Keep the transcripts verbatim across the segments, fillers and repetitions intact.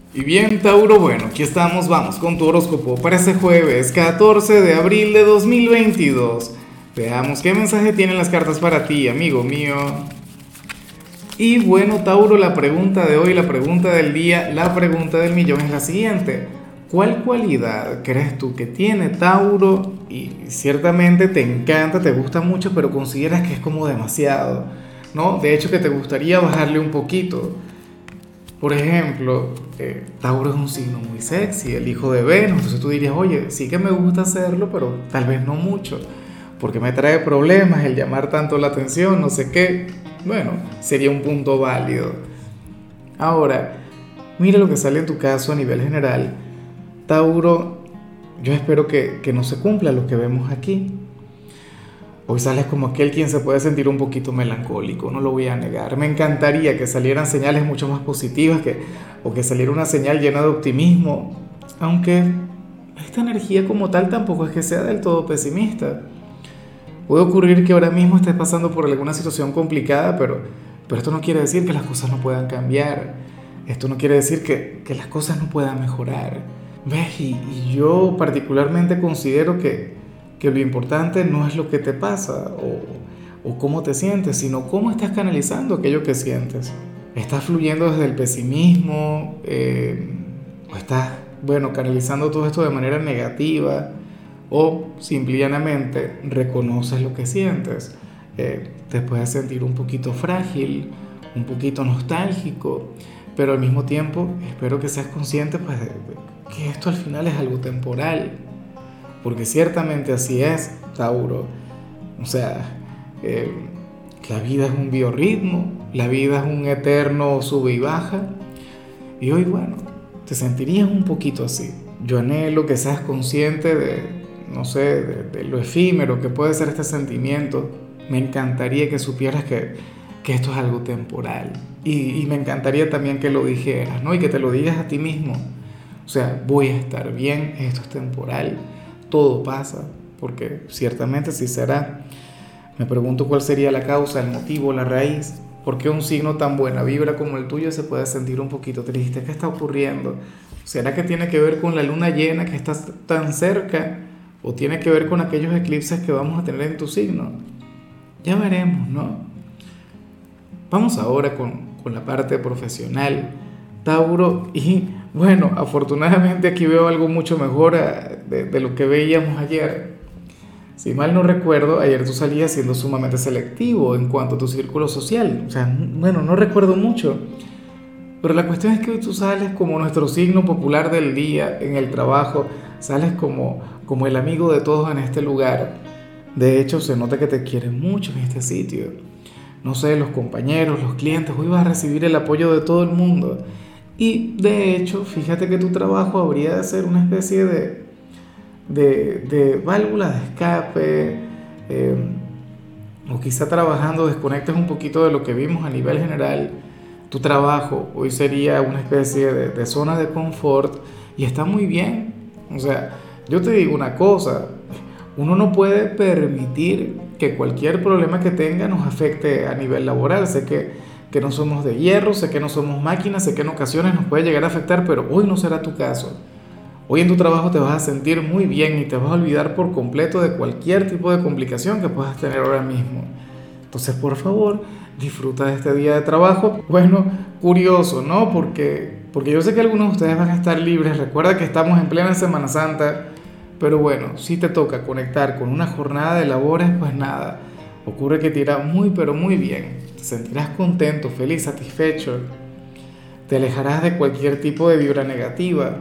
Y bien, Tauro, bueno, aquí estamos, vamos con tu horóscopo para ese jueves catorce de abril de dos mil veintidós. Veamos qué mensaje tienen las cartas para ti, amigo mío. Y bueno, Tauro, la pregunta de hoy, la pregunta del día, la pregunta del millón es la siguiente. ¿Cuál cualidad crees tú que tiene Tauro y ciertamente te encanta, te gusta mucho, pero consideras que es como demasiado, ¿no? De hecho, que te gustaría bajarle un poquito. Por ejemplo, eh, Tauro es un signo muy sexy, el hijo de Venus, entonces tú dirías, oye, sí que me gusta hacerlo, pero tal vez no mucho, porque me trae problemas el llamar tanto la atención, no sé qué. Bueno, sería un punto válido. Ahora, mira lo que sale en tu caso a nivel general. Tauro, yo espero que, que no se cumpla lo que vemos aquí. Hoy sales como aquel quien se puede sentir un poquito melancólico, no lo voy a negar. Me encantaría que salieran señales mucho más positivas que, o que saliera una señal llena de optimismo, aunque esta energía como tal tampoco es que sea del todo pesimista. Puede ocurrir que ahora mismo estés pasando por alguna situación complicada, pero, pero esto no quiere decir que las cosas no puedan cambiar. Esto no quiere decir que, que las cosas no puedan mejorar. ¿Ves? Y, y yo particularmente considero que que lo importante no es lo que te pasa o, o cómo te sientes, sino cómo estás canalizando aquello que sientes. ¿Estás fluyendo desde el pesimismo? Eh, ¿O estás, bueno, canalizando todo esto de manera negativa? ¿O simplemente reconoces lo que sientes? Eh, te puedes sentir un poquito frágil, un poquito nostálgico, pero al mismo tiempo espero que seas consciente, pues, de, de que esto al final es algo temporal, porque ciertamente así es, Tauro. O sea, eh, la vida es un biorritmo, la vida es un eterno sube y baja, y hoy, bueno, te sentirías un poquito así. Yo anhelo que seas consciente de, no sé, de, de lo efímero que puede ser este sentimiento. Me encantaría que supieras que, que esto es algo temporal, y, y me encantaría también que lo dijeras, ¿no? Y que te lo digas a ti mismo. O sea, voy a estar bien, esto es temporal, todo pasa, porque ciertamente sí será. Me pregunto cuál sería la causa, el motivo, la raíz. ¿Por qué un signo tan buena vibra como el tuyo se puede sentir un poquito triste? ¿Qué está ocurriendo? ¿Será que tiene que ver con la luna llena que está tan cerca? ¿O tiene que ver con aquellos eclipses que vamos a tener en tu signo? Ya veremos, ¿no? Vamos ahora con, con la parte profesional, Tauro, y bueno, afortunadamente aquí veo algo mucho mejor a- de, de lo que veíamos ayer. Si mal no recuerdo, ayer tú salías siendo sumamente selectivo en cuanto a tu círculo social. O sea, n- bueno, no recuerdo mucho, pero la cuestión es que hoy tú sales como nuestro signo popular del día en el trabajo, sales como, como el amigo de todos en este lugar. De hecho, se nota que te quieren mucho en este sitio. No sé, los compañeros, los clientes, hoy vas a recibir el apoyo de todo el mundo. Y de hecho, fíjate que tu trabajo habría de ser una especie de, de, de válvula de escape, eh, o quizá trabajando desconectes un poquito de lo que vimos a nivel general. Tu trabajo hoy sería una especie de, de zona de confort y está muy bien. O sea, yo te digo una cosa, uno no puede permitir que cualquier problema que tenga nos afecte a nivel laboral. Sé que, que no somos de hierro, sé que no somos máquinas, sé que en ocasiones nos puede llegar a afectar, pero hoy no será tu caso. Hoy en tu trabajo te vas a sentir muy bien y te vas a olvidar por completo de cualquier tipo de complicación que puedas tener ahora mismo. Entonces, por favor, disfruta de este día de trabajo. Bueno, curioso, ¿no? Porque, porque yo sé que algunos de ustedes van a estar libres. Recuerda que estamos en plena Semana Santa. Pero bueno, si te toca conectar con una jornada de labores, pues nada. Ocurre que te irá muy, pero muy bien. Te sentirás contento, feliz, satisfecho. Te alejarás de cualquier tipo de vibra negativa.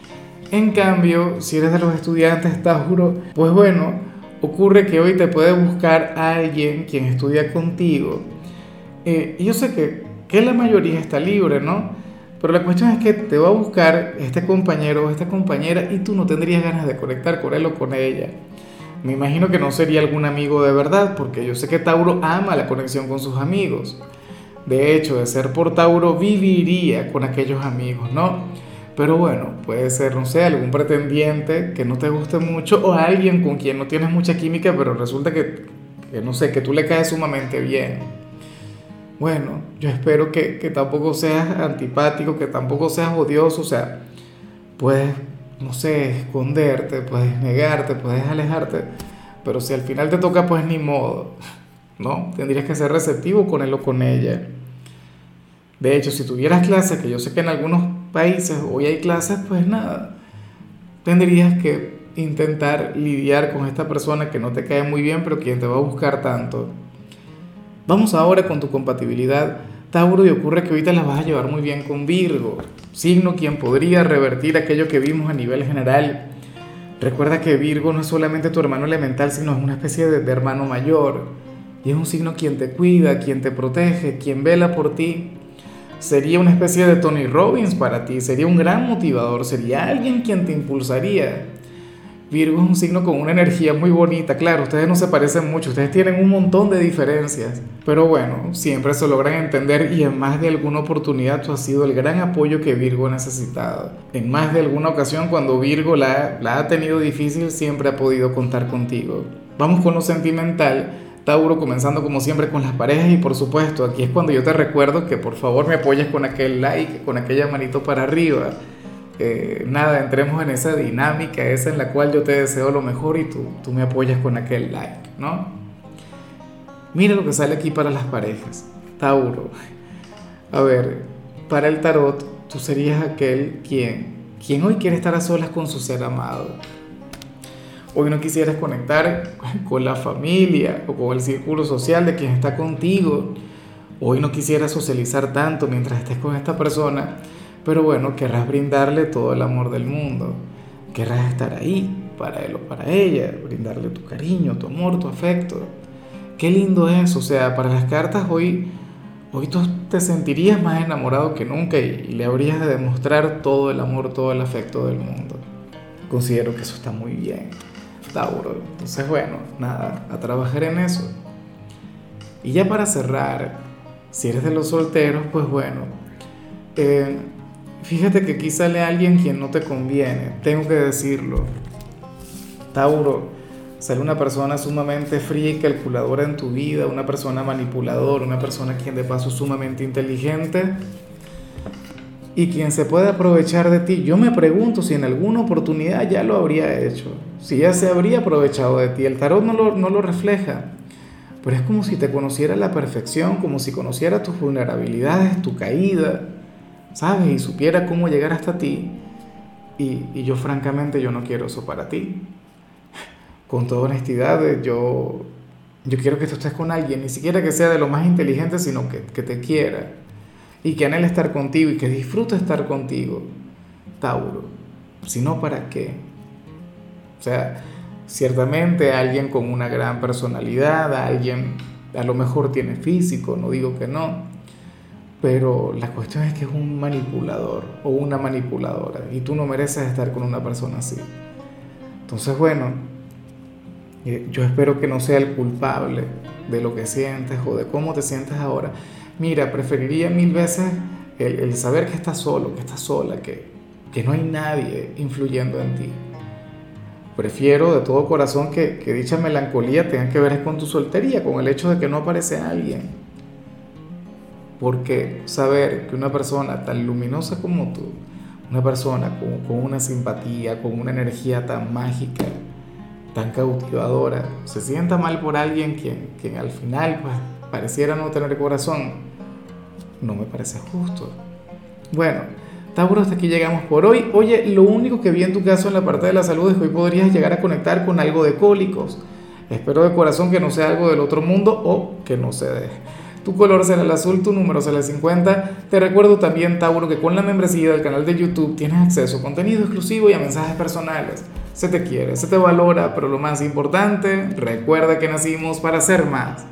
En cambio, si eres de los estudiantes, Tauro, pues bueno, ocurre que hoy te puede buscar a alguien quien estudia contigo. Eh, y yo sé que, que la mayoría está libre, ¿no? Pero la cuestión es que te va a buscar este compañero o esta compañera y tú no tendrías ganas de conectar con él o con ella. Me imagino que no sería algún amigo de verdad, porque yo sé que Tauro ama la conexión con sus amigos. De hecho, de ser por Tauro, viviría con aquellos amigos, ¿no? Pero bueno, puede ser, no sé, algún pretendiente que no te guste mucho o alguien con quien no tienes mucha química, pero resulta que, que no sé, que tú le caes sumamente bien. Bueno, yo espero que, que tampoco seas antipático, que tampoco seas odioso, o sea, puedes, no sé, esconderte, puedes negarte, puedes alejarte, pero si al final te toca, pues ni modo, ¿no? Tendrías que ser receptivo con él o con ella. De hecho, si tuvieras clases, que yo sé que en algunos países hoy hay clases, pues nada, tendrías que intentar lidiar con esta persona que no te cae muy bien, pero quien te va a buscar tanto. Vamos ahora con tu compatibilidad, Tauro, y ocurre que ahorita la vas a llevar muy bien con Virgo, signo quien podría revertir aquello que vimos a nivel general. Recuerda que Virgo no es solamente tu hermano elemental, sino es una especie de, de hermano mayor. Y es un signo quien te cuida, quien te protege, quien vela por ti. Sería una especie de Tony Robbins para ti, sería un gran motivador, sería alguien quien te impulsaría. Virgo es un signo con una energía muy bonita, claro, ustedes no se parecen mucho, ustedes tienen un montón de diferencias, pero bueno, siempre se logran entender y en más de alguna oportunidad tú has sido el gran apoyo que Virgo ha necesitado. En más de alguna ocasión cuando Virgo la, la ha tenido difícil, siempre ha podido contar contigo. Vamos con lo sentimental, Tauro, comenzando como siempre con las parejas y por supuesto, aquí es cuando yo te recuerdo que por favor me apoyes con aquel like, con aquella manito para arriba. Eh, nada, entremos en esa dinámica, esa en la cual yo te deseo lo mejor y tú, tú me apoyas con aquel like, ¿no? Mira lo que sale aquí para las parejas, Tauro. A ver, para el tarot, tú serías aquel quien, quien hoy quiere estar a solas con su ser amado. Hoy no quisieras conectar con la familia o con el círculo social de quien está contigo. Hoy no quisieras socializar tanto mientras estés con esta persona. Pero bueno, querrás brindarle todo el amor del mundo, querrás estar ahí para él o para ella, brindarle tu cariño, tu amor, tu afecto. Qué lindo es, o sea, para las cartas hoy, hoy tú te sentirías más enamorado que nunca y, y le habrías de demostrar todo el amor, todo el afecto del mundo. Considero que eso está muy bien, Tauro. Entonces bueno, nada, a trabajar en eso. Y ya para cerrar, si eres de los solteros, pues bueno, eh, fíjate que aquí sale alguien quien no te conviene, tengo que decirlo. Tauro, sale una persona sumamente fría y calculadora en tu vida, una persona manipuladora, una persona quien de paso es sumamente inteligente y quien se puede aprovechar de ti. Yo me pregunto si en alguna oportunidad ya lo habría hecho, si ya se habría aprovechado de ti. El tarot no lo, no lo refleja, pero es como si te conociera a la perfección, como si conociera tus vulnerabilidades, tu caída, ¿sabes? Y supiera cómo llegar hasta ti. Y, y yo francamente yo no quiero eso para ti. Con toda honestidad, yo, yo quiero que tú estés con alguien, ni siquiera que sea de lo más inteligente, sino que, que te quiera y que anhele estar contigo y que disfrute estar contigo, Tauro. Si no, ¿para qué? O sea, ciertamente alguien con una gran personalidad, alguien a lo mejor tiene físico, no digo que no, pero la cuestión es que es un manipulador o una manipuladora y tú no mereces estar con una persona así. Entonces, bueno, eh, yo espero que no sea el culpable de lo que sientes o de cómo te sientes ahora. Mira, preferiría mil veces el, el saber que estás solo, que estás sola, que, que no hay nadie influyendo en ti. Prefiero de todo corazón que, que dicha melancolía tenga que ver con tu soltería, con el hecho de que no aparece alguien. Porque saber que una persona tan luminosa como tú, una persona con, con una simpatía, con una energía tan mágica, tan cautivadora, se sienta mal por alguien quien, quien al final pues, pareciera no tener corazón, no me parece justo. Bueno, Tauro, hasta aquí llegamos por hoy. Oye, lo único que vi en tu caso en la parte de la salud es que hoy podrías llegar a conectar con algo de cólicos. Espero de corazón que no sea algo del otro mundo o que no se deje. Tu color será el azul, tu número será el cincuenta. Te recuerdo también, Tauro, que con la membresía del canal de YouTube tienes acceso a contenido exclusivo y a mensajes personales. Se te quiere, se te valora, pero lo más importante, recuerda que nacimos para ser más.